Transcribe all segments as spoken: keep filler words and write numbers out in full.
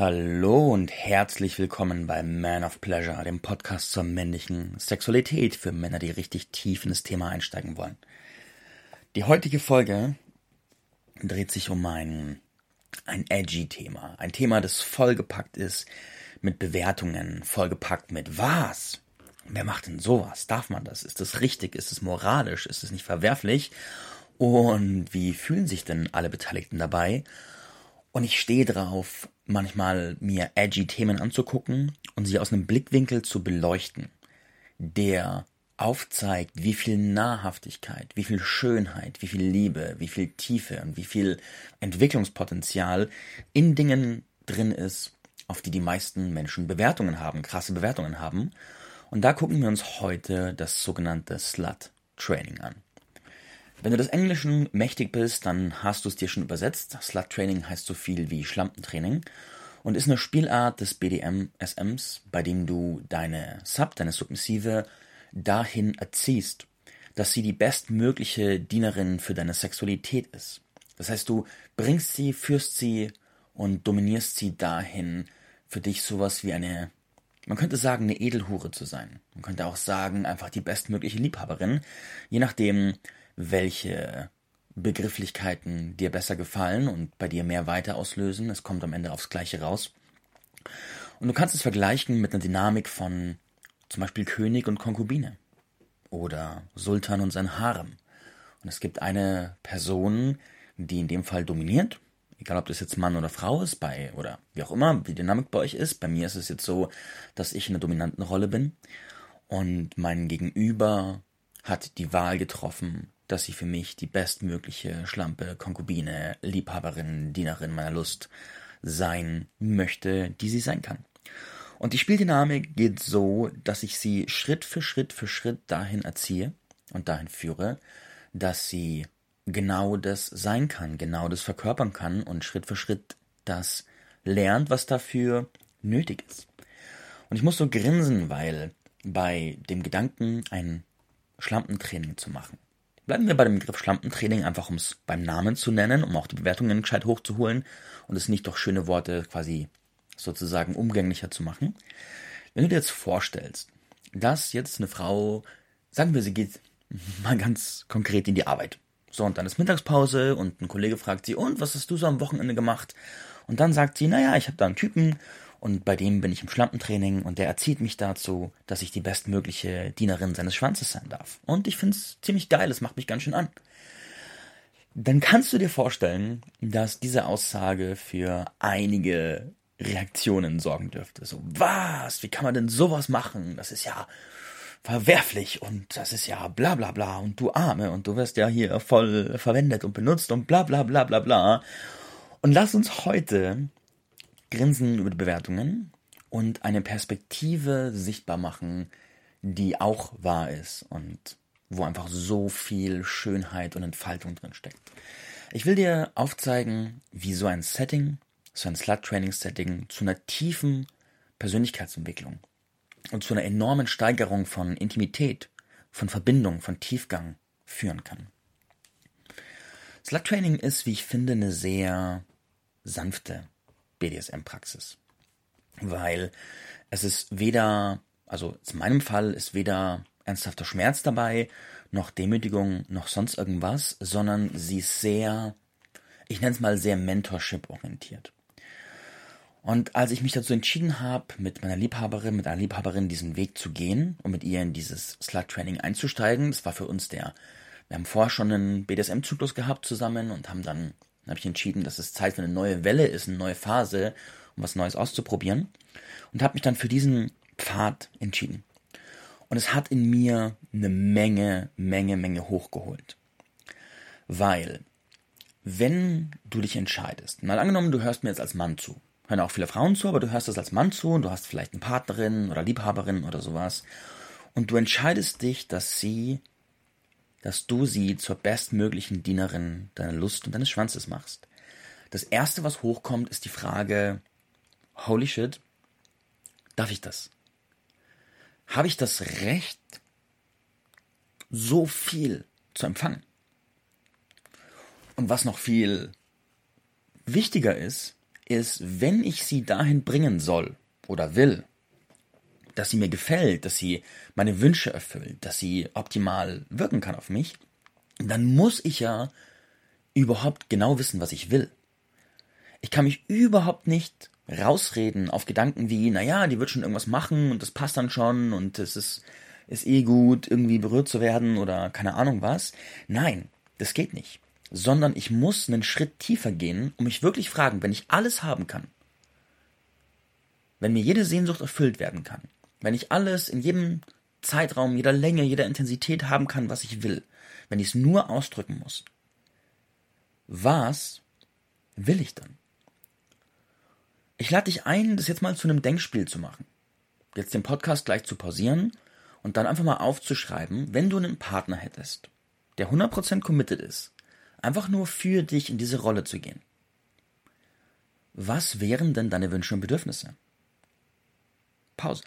Hallo und herzlich willkommen bei Man of Pleasure, dem Podcast zur männlichen Sexualität für Männer, die richtig tief in das Thema einsteigen wollen. Die heutige Folge dreht sich um ein, ein edgy Thema. Ein Thema, das vollgepackt ist mit Bewertungen, vollgepackt mit was? Wer macht denn sowas? Darf man das? Ist das richtig? Ist es moralisch? Ist es nicht verwerflich? Und wie fühlen sich denn alle Beteiligten dabei? Und ich stehe drauf, manchmal mir edgy Themen anzugucken und sie aus einem Blickwinkel zu beleuchten, der aufzeigt, wie viel Nahrhaftigkeit, wie viel Schönheit, wie viel Liebe, wie viel Tiefe und wie viel Entwicklungspotenzial in Dingen drin ist, auf die die meisten Menschen Bewertungen haben, krasse Bewertungen haben. Und da gucken wir uns heute das sogenannte Slut-Training an. Wenn du des Englischen mächtig bist, dann hast du es dir schon übersetzt. Slut-Training heißt so viel wie Schlampentraining und ist eine Spielart des B D S Ms, bei dem du deine Sub, deine Submissive, dahin erziehst, dass sie die bestmögliche Dienerin für deine Sexualität ist. Das heißt, du bringst sie, führst sie und dominierst sie dahin, für dich sowas wie eine, man könnte sagen, eine Edelhure zu sein. Man könnte auch sagen, einfach die bestmögliche Liebhaberin, je nachdem, welche Begrifflichkeiten dir besser gefallen und bei dir mehr Weite auslösen. Es kommt am Ende aufs Gleiche raus. Und du kannst es vergleichen mit einer Dynamik von zum Beispiel König und Konkubine oder Sultan und sein Harem. Und es gibt eine Person, die in dem Fall dominiert, egal ob das jetzt Mann oder Frau ist, bei oder wie auch immer die Dynamik bei euch ist. Bei mir ist es jetzt so, dass ich in einer dominanten Rolle bin und mein Gegenüber hat die Wahl getroffen, dass sie für mich die bestmögliche Schlampe, Konkubine, Liebhaberin, Dienerin meiner Lust sein möchte, die sie sein kann. Und die Spieldynamik geht so, dass ich sie Schritt für Schritt für Schritt dahin erziehe und dahin führe, dass sie genau das sein kann, genau das verkörpern kann und Schritt für Schritt das lernt, was dafür nötig ist. Und ich muss so grinsen, weil bei dem Gedanken, ein Schlampentraining zu machen. Bleiben wir bei dem Begriff Schlampentraining, einfach um es beim Namen zu nennen, um auch die Bewertungen gescheit hochzuholen und es nicht durch schöne Worte quasi sozusagen umgänglicher zu machen. Wenn du dir jetzt vorstellst, dass jetzt eine Frau, sagen wir, sie geht mal ganz konkret in die Arbeit. So, und dann ist Mittagspause und ein Kollege fragt sie, und was hast du so am Wochenende gemacht? Und dann sagt sie, naja, ich habe da einen Typen und bei dem bin ich im Schlampentraining und der erzieht mich dazu, dass ich die bestmögliche Dienerin seines Schwanzes sein darf. Und ich find's ziemlich geil, das macht mich ganz schön an. Dann kannst du dir vorstellen, dass diese Aussage für einige Reaktionen sorgen dürfte. So, was? Wie kann man denn sowas machen? Das ist ja verwerflich und das ist ja bla bla bla und du Arme und du wirst ja hier voll verwendet und benutzt und bla bla bla bla bla. Und lass uns heute grinsen über die Bewertungen und eine Perspektive sichtbar machen, die auch wahr ist und wo einfach so viel Schönheit und Entfaltung drin steckt. Ich will dir aufzeigen, wie so ein Setting, so ein Slut-Training-Setting zu einer tiefen Persönlichkeitsentwicklung und zu einer enormen Steigerung von Intimität, von Verbindung, von Tiefgang führen kann. Slut-Training ist, wie ich finde, eine sehr sanfte B D S M-Praxis, weil es ist weder, also in meinem Fall ist weder ernsthafter Schmerz dabei, noch Demütigung, noch sonst irgendwas, sondern sie ist sehr, ich nenne es mal sehr Mentorship-orientiert. Und als ich mich dazu entschieden habe, mit meiner Liebhaberin, mit einer Liebhaberin diesen Weg zu gehen und mit ihr in dieses Slut-Training einzusteigen, das war für uns der, wir haben vorher schon einen B D S M-Zyklus gehabt zusammen und haben dann Dann habe ich entschieden, dass es Zeit für eine neue Welle ist, eine neue Phase, um was Neues auszuprobieren. Und habe mich dann für diesen Pfad entschieden. Und es hat in mir eine Menge, Menge, Menge hochgeholt. Weil, wenn du dich entscheidest, mal angenommen, du hörst mir jetzt als Mann zu. Hören auch viele Frauen zu, aber du hörst es als Mann zu und du hast vielleicht eine Partnerin oder Liebhaberin oder sowas. Und du entscheidest dich, dass sie dass du sie zur bestmöglichen Dienerin deiner Lust und deines Schwanzes machst. Das Erste, was hochkommt, ist die Frage, holy shit, darf ich das? Habe ich das Recht, so viel zu empfangen? Und was noch viel wichtiger ist, ist, wenn ich sie dahin bringen soll oder will, dass sie mir gefällt, dass sie meine Wünsche erfüllt, dass sie optimal wirken kann auf mich, dann muss ich ja überhaupt genau wissen, was ich will. Ich kann mich überhaupt nicht rausreden auf Gedanken wie, naja, die wird schon irgendwas machen und das passt dann schon und es ist, ist eh gut, irgendwie berührt zu werden oder keine Ahnung was. Nein, das geht nicht. Sondern ich muss einen Schritt tiefer gehen und mich wirklich fragen, wenn ich alles haben kann, wenn mir jede Sehnsucht erfüllt werden kann, wenn ich alles in jedem Zeitraum, jeder Länge, jeder Intensität haben kann, was ich will, wenn ich es nur ausdrücken muss, was will ich dann? Ich lade dich ein, das jetzt mal zu einem Denkspiel zu machen. Jetzt den Podcast gleich zu pausieren und dann einfach mal aufzuschreiben, wenn du einen Partner hättest, der hundert Prozent committed ist, einfach nur für dich in diese Rolle zu gehen. Was wären denn deine Wünsche und Bedürfnisse? Pause.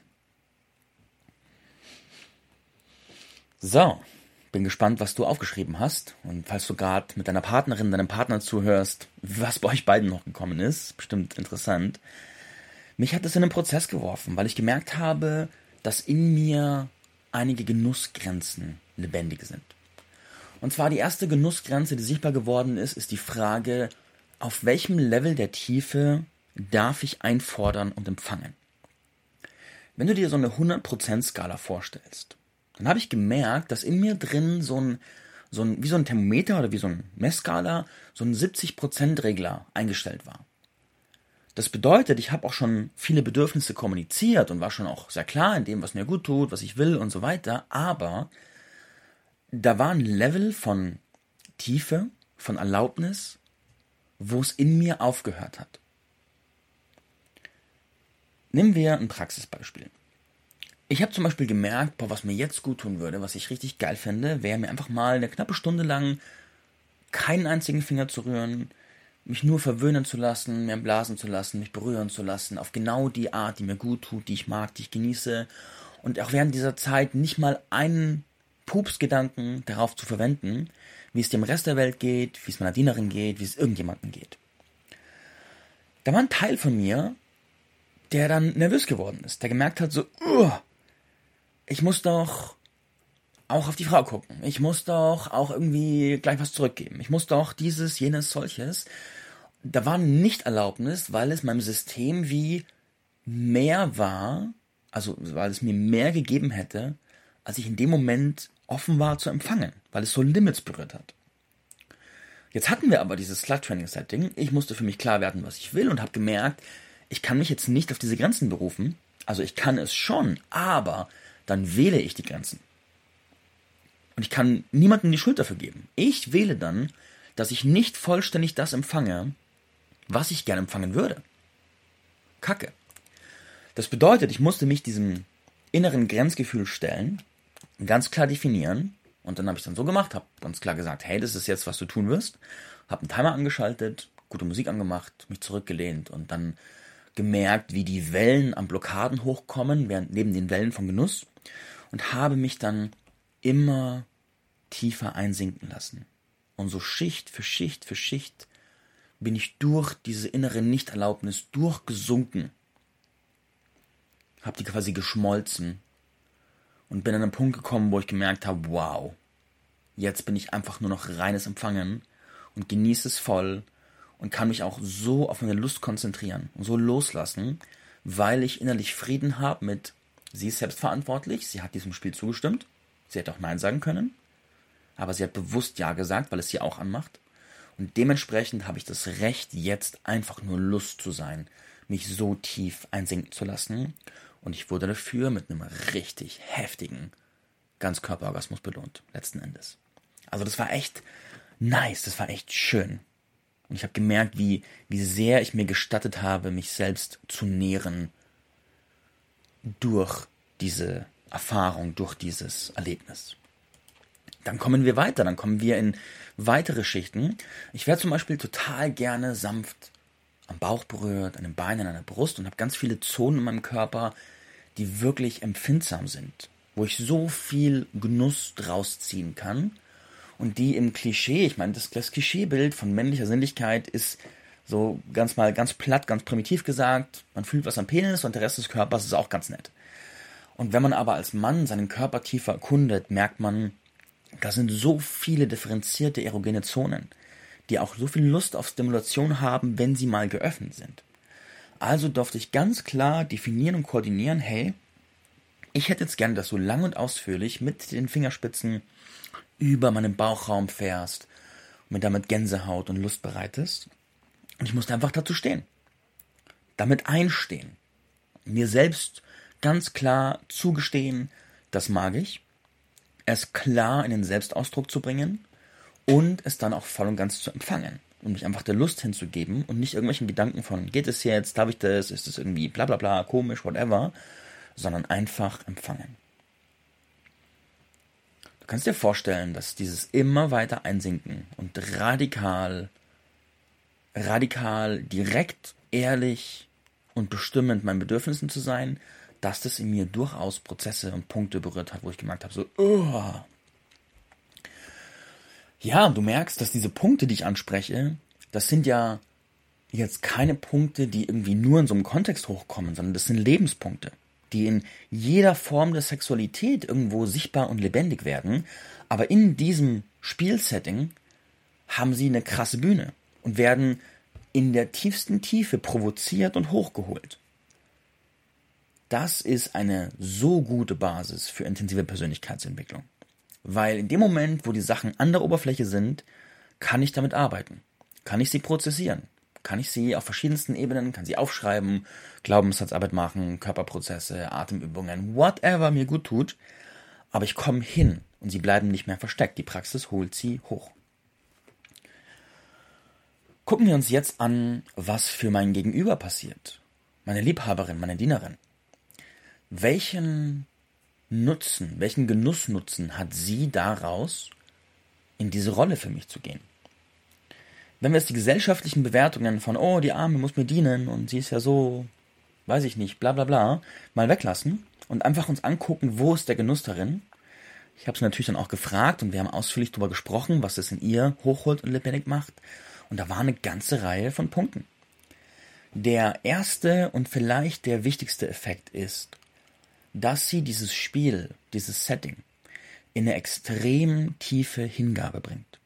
So, bin gespannt, was du aufgeschrieben hast. Und falls du gerade mit deiner Partnerin, deinem Partner zuhörst, was bei euch beiden noch gekommen ist, bestimmt interessant. Mich hat es in einen Prozess geworfen, weil ich gemerkt habe, dass in mir einige Genussgrenzen lebendig sind. Und zwar die erste Genussgrenze, die sichtbar geworden ist, ist die Frage, auf welchem Level der Tiefe darf ich einfordern und empfangen? Wenn du dir so eine hundert Prozent Skala vorstellst, dann habe ich gemerkt, dass in mir drin so ein, so ein, wie so ein Thermometer oder wie so ein Messskala, so ein siebzig Prozent Regler eingestellt war. Das bedeutet, ich habe auch schon viele Bedürfnisse kommuniziert und war schon auch sehr klar in dem, was mir gut tut, was ich will und so weiter, aber da war ein Level von Tiefe, von Erlaubnis, wo es in mir aufgehört hat. Nehmen wir ein Praxisbeispiel. Ich habe zum Beispiel gemerkt, boah, was mir jetzt gut tun würde, was ich richtig geil fände, wäre mir einfach mal eine knappe Stunde lang keinen einzigen Finger zu rühren, mich nur verwöhnen zu lassen, mir blasen zu lassen, mich berühren zu lassen, auf genau die Art, die mir gut tut, die ich mag, die ich genieße und auch während dieser Zeit nicht mal einen Pupsgedanken darauf zu verwenden, wie es dem Rest der Welt geht, wie es meiner Dienerin geht, wie es irgendjemandem geht. Da war ein Teil von mir, der dann nervös geworden ist, der gemerkt hat so, uh, ich muss doch auch auf die Frau gucken, ich muss doch auch irgendwie gleich was zurückgeben, ich muss doch dieses, jenes, solches. Da war Nicht-Erlaubnis, weil es meinem System wie mehr war, also weil es mir mehr gegeben hätte, als ich in dem Moment offen war zu empfangen, weil es so Limits berührt hat. Jetzt hatten wir aber dieses Slut-Training-Setting, ich musste für mich klar werden, was ich will und habe gemerkt, ich kann mich jetzt nicht auf diese Grenzen berufen, also ich kann es schon, aber dann wähle ich die Grenzen. Und ich kann niemandem die Schuld dafür geben. Ich wähle dann, dass ich nicht vollständig das empfange, was ich gerne empfangen würde. Kacke. Das bedeutet, ich musste mich diesem inneren Grenzgefühl stellen, ganz klar definieren und dann habe ich es dann so gemacht, habe ganz klar gesagt, hey, das ist jetzt, was du tun wirst, habe einen Timer angeschaltet, gute Musik angemacht, mich zurückgelehnt und dann gemerkt, wie die Wellen an Blockaden hochkommen, während neben den Wellen von Genuss und habe mich dann immer tiefer einsinken lassen. Und so Schicht für Schicht für Schicht bin ich durch diese innere Nichterlaubnis durchgesunken, habe die quasi geschmolzen und bin an einen Punkt gekommen, wo ich gemerkt habe, wow, jetzt bin ich einfach nur noch reines Empfangen und genieße es voll und kann mich auch so auf meine Lust konzentrieren und so loslassen, weil ich innerlich Frieden habe mit, sie ist selbstverantwortlich, sie hat diesem Spiel zugestimmt, sie hätte auch Nein sagen können, aber sie hat bewusst Ja gesagt, weil es sie auch anmacht und dementsprechend habe ich das Recht, jetzt einfach nur Lust zu sein, mich so tief einsinken zu lassen und ich wurde dafür mit einem richtig heftigen Ganzkörperorgasmus belohnt, letzten Endes. Also das war echt nice, das war echt schön. Und ich habe gemerkt, wie, wie sehr ich mir gestattet habe, mich selbst zu nähren durch diese Erfahrung, durch dieses Erlebnis. Dann kommen wir weiter, dann kommen wir in weitere Schichten. Ich werde zum Beispiel total gerne sanft am Bauch berührt, an den Beinen, an der Brust und habe ganz viele Zonen in meinem Körper, die wirklich empfindsam sind, wo ich so viel Genuss draus ziehen kann und die im Klischee, ich meine, das, das Klischeebild von männlicher Sinnlichkeit ist So ganz mal ganz platt, ganz primitiv gesagt, man fühlt was am Penis und der Rest des Körpers ist auch ganz nett. Und wenn man aber als Mann seinen Körper tiefer erkundet, merkt man, da sind so viele differenzierte erogene Zonen, die auch so viel Lust auf Stimulation haben, wenn sie mal geöffnet sind. Also durfte ich ganz klar definieren und koordinieren, hey, ich hätte jetzt gerne, dass du lang und ausführlich mit den Fingerspitzen über meinen Bauchraum fährst und mir damit Gänsehaut und Lust bereitest. Und ich musste einfach dazu stehen. Damit einstehen. Mir selbst ganz klar zugestehen, das mag ich. Es klar in den Selbstausdruck zu bringen und es dann auch voll und ganz zu empfangen. Und mich einfach der Lust hinzugeben und nicht irgendwelchen Gedanken von, geht es jetzt, darf ich das, ist es irgendwie bla bla bla, komisch, whatever, sondern einfach empfangen. Du kannst dir vorstellen, dass dieses immer weiter einsinken und radikal radikal, direkt, ehrlich und bestimmend meinen Bedürfnissen zu sein, dass das in mir durchaus Prozesse und Punkte berührt hat, wo ich gemerkt habe, so, oh. Ja, du merkst, dass diese Punkte, die ich anspreche, das sind ja jetzt keine Punkte, die irgendwie nur in so einem Kontext hochkommen, sondern das sind Lebenspunkte, die in jeder Form der Sexualität irgendwo sichtbar und lebendig werden, aber in diesem Spielsetting haben sie eine krasse Bühne und werden in der tiefsten Tiefe provoziert und hochgeholt. Das ist eine so gute Basis für intensive Persönlichkeitsentwicklung. Weil in dem Moment, wo die Sachen an der Oberfläche sind, kann ich damit arbeiten. Kann ich sie prozessieren. Kann ich sie auf verschiedensten Ebenen, kann sie aufschreiben, Glaubenssatzarbeit machen, Körperprozesse, Atemübungen, whatever mir gut tut. Aber ich komme hin und sie bleiben nicht mehr versteckt. Die Praxis holt sie hoch. Gucken wir uns jetzt an, was für mein Gegenüber passiert. Meine Liebhaberin, meine Dienerin. Welchen Nutzen, welchen Genussnutzen hat sie daraus, in diese Rolle für mich zu gehen? Wenn wir jetzt die gesellschaftlichen Bewertungen von, oh, die Arme muss mir dienen und sie ist ja so, weiß ich nicht, bla bla bla, mal weglassen und einfach uns angucken, wo ist der Genuss darin? Ich habe sie natürlich dann auch gefragt und wir haben ausführlich darüber gesprochen, was es in ihr hochholt und lebendig macht. Und da war eine ganze Reihe von Punkten. Der erste und vielleicht der wichtigste Effekt ist, dass sie dieses Spiel, dieses Setting in eine extrem tiefe Hingabe bringt.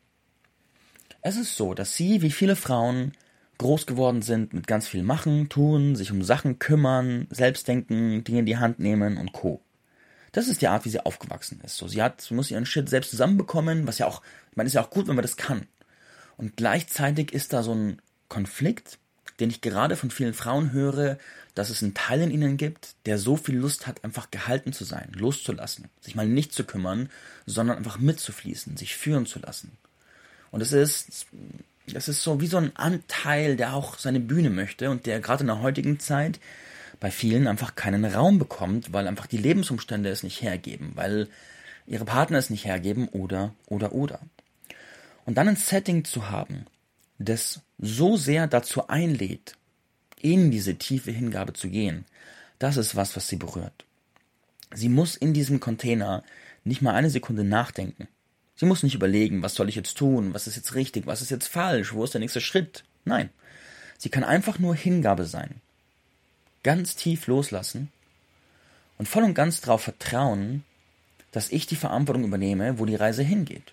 Es ist so, dass sie, wie viele Frauen, groß geworden sind mit ganz viel Machen, Tun, sich um Sachen kümmern, Selbstdenken, Dinge in die Hand nehmen und Co. Das ist die Art, wie sie aufgewachsen ist. So, sie hat, sie muss ihren Shit selbst zusammenbekommen, was ja auch, ich meine, ist ja auch gut, wenn man das kann. Und gleichzeitig ist da so ein Konflikt, den ich gerade von vielen Frauen höre, dass es einen Teil in ihnen gibt, der so viel Lust hat, einfach gehalten zu sein, loszulassen, sich mal nicht zu kümmern, sondern einfach mitzufließen, sich führen zu lassen. Und es ist, es ist so wie so ein Anteil, der auch seine Bühne möchte und der gerade in der heutigen Zeit bei vielen einfach keinen Raum bekommt, weil einfach die Lebensumstände es nicht hergeben, weil ihre Partner es nicht hergeben oder, oder, oder. Und dann ein Setting zu haben, das so sehr dazu einlädt, in diese tiefe Hingabe zu gehen, das ist was, was sie berührt. Sie muss in diesem Container nicht mal eine Sekunde nachdenken. Sie muss nicht überlegen, was soll ich jetzt tun, was ist jetzt richtig, was ist jetzt falsch, wo ist der nächste Schritt. Nein, sie kann einfach nur Hingabe sein. Ganz tief loslassen und voll und ganz darauf vertrauen, dass ich die Verantwortung übernehme, wo die Reise hingeht.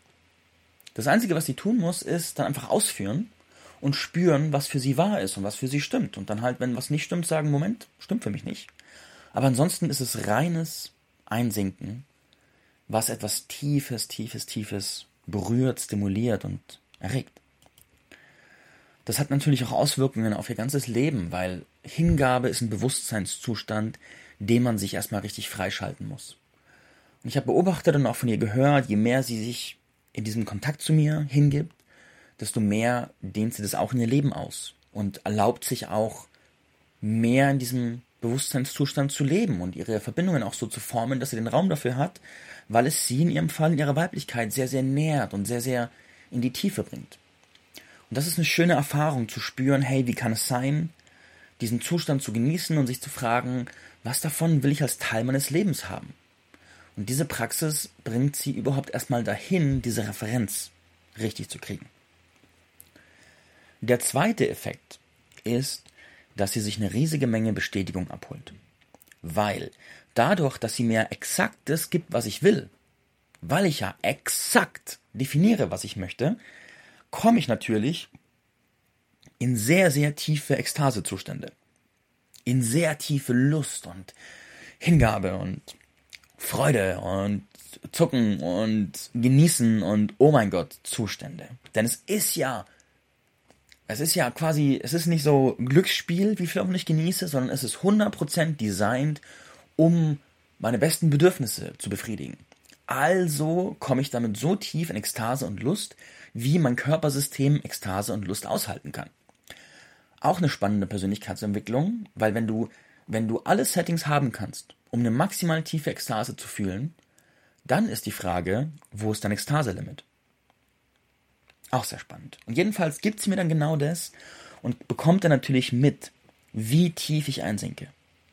Das Einzige, was sie tun muss, ist dann einfach ausführen und spüren, was für sie wahr ist und was für sie stimmt. Und dann halt, wenn was nicht stimmt, sagen, Moment, stimmt für mich nicht. Aber ansonsten ist es reines Einsinken, was etwas Tiefes, Tiefes, Tiefes berührt, stimuliert und erregt. Das hat natürlich auch Auswirkungen auf ihr ganzes Leben, weil Hingabe ist ein Bewusstseinszustand, den man sich erstmal richtig freischalten muss. Und ich habe beobachtet und auch von ihr gehört, je mehr sie sich in diesem Kontakt zu mir hingibt, desto mehr dehnt sie das auch in ihr Leben aus und erlaubt sich auch mehr in diesem Bewusstseinszustand zu leben und ihre Verbindungen auch so zu formen, dass sie den Raum dafür hat, weil es sie in ihrem Fall, in ihrer Weiblichkeit sehr, sehr nährt und sehr, sehr in die Tiefe bringt. Und das ist eine schöne Erfahrung, zu spüren, hey, wie kann es sein, diesen Zustand zu genießen und sich zu fragen, was davon will ich als Teil meines Lebens haben? Und diese Praxis bringt sie überhaupt erstmal dahin, diese Referenz richtig zu kriegen. Der zweite Effekt ist, dass sie sich eine riesige Menge Bestätigung abholt. Weil dadurch, dass sie mir exakt das gibt, was ich will, weil ich ja exakt definiere, was ich möchte, komme ich natürlich in sehr, sehr tiefe Ekstasezustände. In sehr tiefe Lust und Hingabe und Freude und Zucken und Genießen und oh mein Gott, Zustände. Denn es ist ja, es ist ja quasi, es ist nicht so Glücksspiel, wie viel auch nicht genieße, sondern es ist hundert Prozent designt, um meine besten Bedürfnisse zu befriedigen. Also komme ich damit so tief in Ekstase und Lust, wie mein Körpersystem Ekstase und Lust aushalten kann. Auch eine spannende Persönlichkeitsentwicklung, weil wenn du, wenn du alle Settings haben kannst, um eine maximal tiefe Ekstase zu fühlen, dann ist die Frage, wo ist dein Ekstase-Limit? Auch sehr spannend. Und jedenfalls gibt sie mir dann genau das und bekommt dann natürlich mit, wie tief ich einsinke.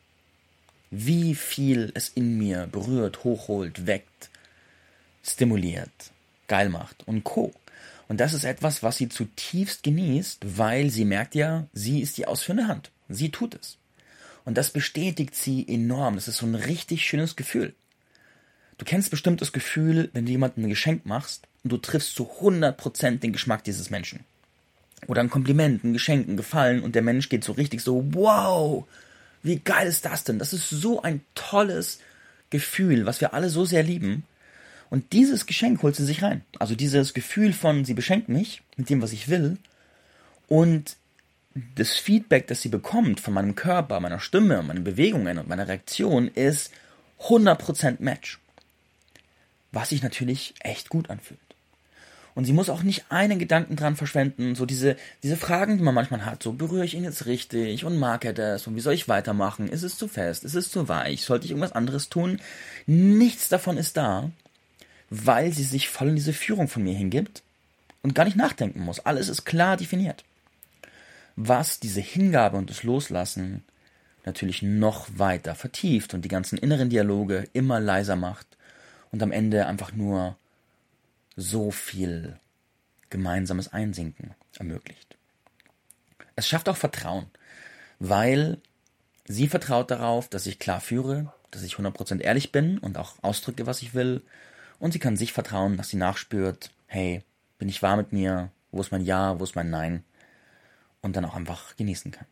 Wie viel es in mir berührt, hochholt, weckt, stimuliert, geil macht und Co. Und das ist etwas, was sie zutiefst genießt, weil sie merkt ja, sie ist die ausführende Hand. Sie tut es. Und das bestätigt sie enorm. Das ist so ein richtig schönes Gefühl. Du kennst bestimmt das Gefühl, wenn du jemandem ein Geschenk machst und du triffst zu hundert Prozent den Geschmack dieses Menschen. Oder ein Kompliment, ein Geschenk, ein Gefallen und der Mensch geht so richtig so, wow, wie geil ist das denn? Das ist so ein tolles Gefühl, was wir alle so sehr lieben. Und dieses Geschenk holt sie sich rein. Also dieses Gefühl von, sie beschenkt mich mit dem, was ich will. Und das Feedback, das sie bekommt von meinem Körper, meiner Stimme, meinen Bewegungen und meiner Reaktion ist hundert Prozent Match. Was sich natürlich echt gut anfühlt. Und sie muss auch nicht einen Gedanken dran verschwenden, so diese, diese Fragen, die man manchmal hat, so berühre ich ihn jetzt richtig und mag er das und wie soll ich weitermachen? Ist es zu fest? Ist es zu weich? Sollte ich irgendwas anderes tun? Nichts davon ist da, weil sie sich voll in diese Führung von mir hingibt und gar nicht nachdenken muss. Alles ist klar definiert. Was diese Hingabe und das Loslassen natürlich noch weiter vertieft und die ganzen inneren Dialoge immer leiser macht und am Ende einfach nur so viel gemeinsames Einsinken ermöglicht. Es schafft auch Vertrauen, weil sie vertraut darauf, dass ich klar führe, dass ich hundert Prozent ehrlich bin und auch ausdrücke, was ich will. Und sie kann sich vertrauen, dass sie nachspürt, hey, bin ich wahr mit mir? Wo ist mein Ja? Wo ist mein Nein? Und dann auch einfach genießen kann.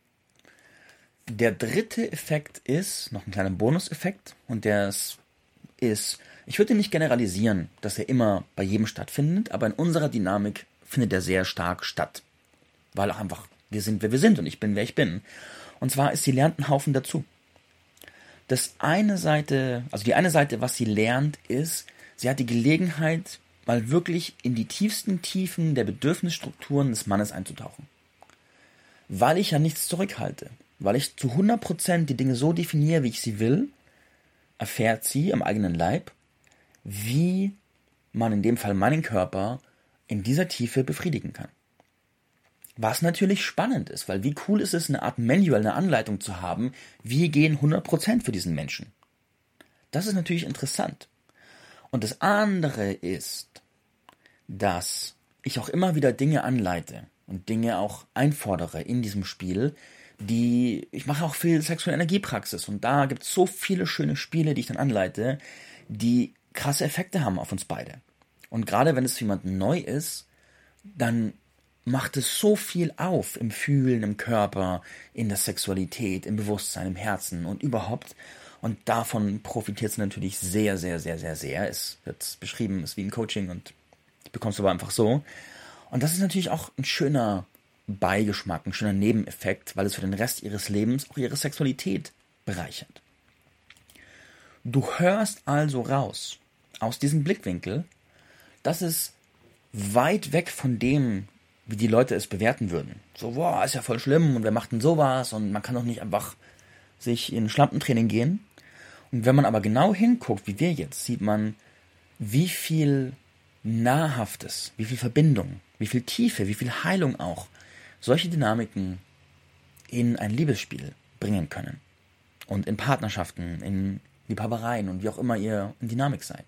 Der dritte Effekt ist, noch ein kleiner Bonuseffekt, und der ist, ist ich würde ihn nicht generalisieren, dass er immer bei jedem stattfindet, aber in unserer Dynamik findet er sehr stark statt. Weil auch einfach, wir sind, wer wir sind und ich bin, wer ich bin. Und zwar ist, sie lernt einen Haufen dazu. Das eine Seite, also die eine Seite, was sie lernt, ist, sie hat die Gelegenheit, mal wirklich in die tiefsten Tiefen der Bedürfnisstrukturen des Mannes einzutauchen. Weil ich ja nichts zurückhalte, weil ich zu hundert Prozent die Dinge so definiere, wie ich sie will, erfährt sie am eigenen Leib, wie man in dem Fall meinen Körper in dieser Tiefe befriedigen kann. Was natürlich spannend ist, weil wie cool ist es, eine Art Manual, eine Anleitung zu haben, wie gehen hundert Prozent für diesen Menschen. Das ist natürlich interessant. Und das andere ist, dass ich auch immer wieder Dinge anleite und Dinge auch einfordere in diesem Spiel, die, ich mache auch viel sexuelle Energiepraxis und da gibt es so viele schöne Spiele, die ich dann anleite, die krasse Effekte haben auf uns beide. Und gerade wenn es für jemanden neu ist, dann macht es so viel auf im Fühlen, im Körper, in der Sexualität, im Bewusstsein, im Herzen und überhaupt. Und davon profitiert es natürlich sehr, sehr, sehr, sehr, sehr. Es wird beschrieben, es ist wie ein Coaching und bekommst du aber einfach so. Und das ist natürlich auch ein schöner Beigeschmack, ein schöner Nebeneffekt, weil es für den Rest ihres Lebens auch ihre Sexualität bereichert. Du hörst also raus, aus diesem Blickwinkel, dass es weit weg von dem, wie die Leute es bewerten würden. So, boah, ist ja voll schlimm und wer macht denn sowas und man kann doch nicht einfach sich in Schlampentraining gehen. Und wenn man aber genau hinguckt, wie wir jetzt, sieht man, wie viel Nahrhaftes, wie viel Verbindung, wie viel Tiefe, wie viel Heilung auch solche Dynamiken in ein Liebesspiel bringen können. Und in Partnerschaften, in Liebhabereien und wie auch immer ihr in Dynamik seid.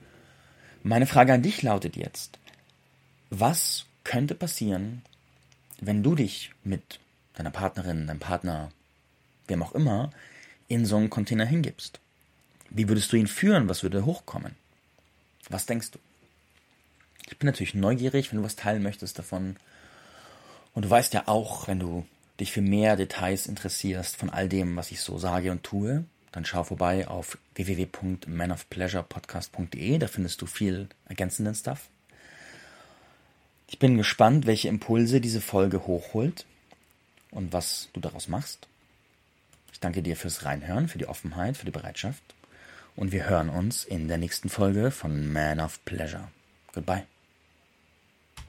Meine Frage an dich lautet jetzt, was könnte passieren, wenn du dich mit deiner Partnerin, deinem Partner, wem auch immer, in so einen Container hingibst? Wie würdest du ihn führen? Was würde hochkommen? Was denkst du? Ich bin natürlich neugierig, wenn du was teilen möchtest davon. Und du weißt ja auch, wenn du dich für mehr Details interessierst von all dem, was ich so sage und tue, dann schau vorbei auf w w w punkt man of pleasure podcast punkt d e. Da findest du viel ergänzenden Stuff. Ich bin gespannt, welche Impulse diese Folge hochholt und was du daraus machst. Ich danke dir fürs Reinhören, für die Offenheit, für die Bereitschaft. Und wir hören uns in der nächsten Folge von Man of Pleasure. Goodbye.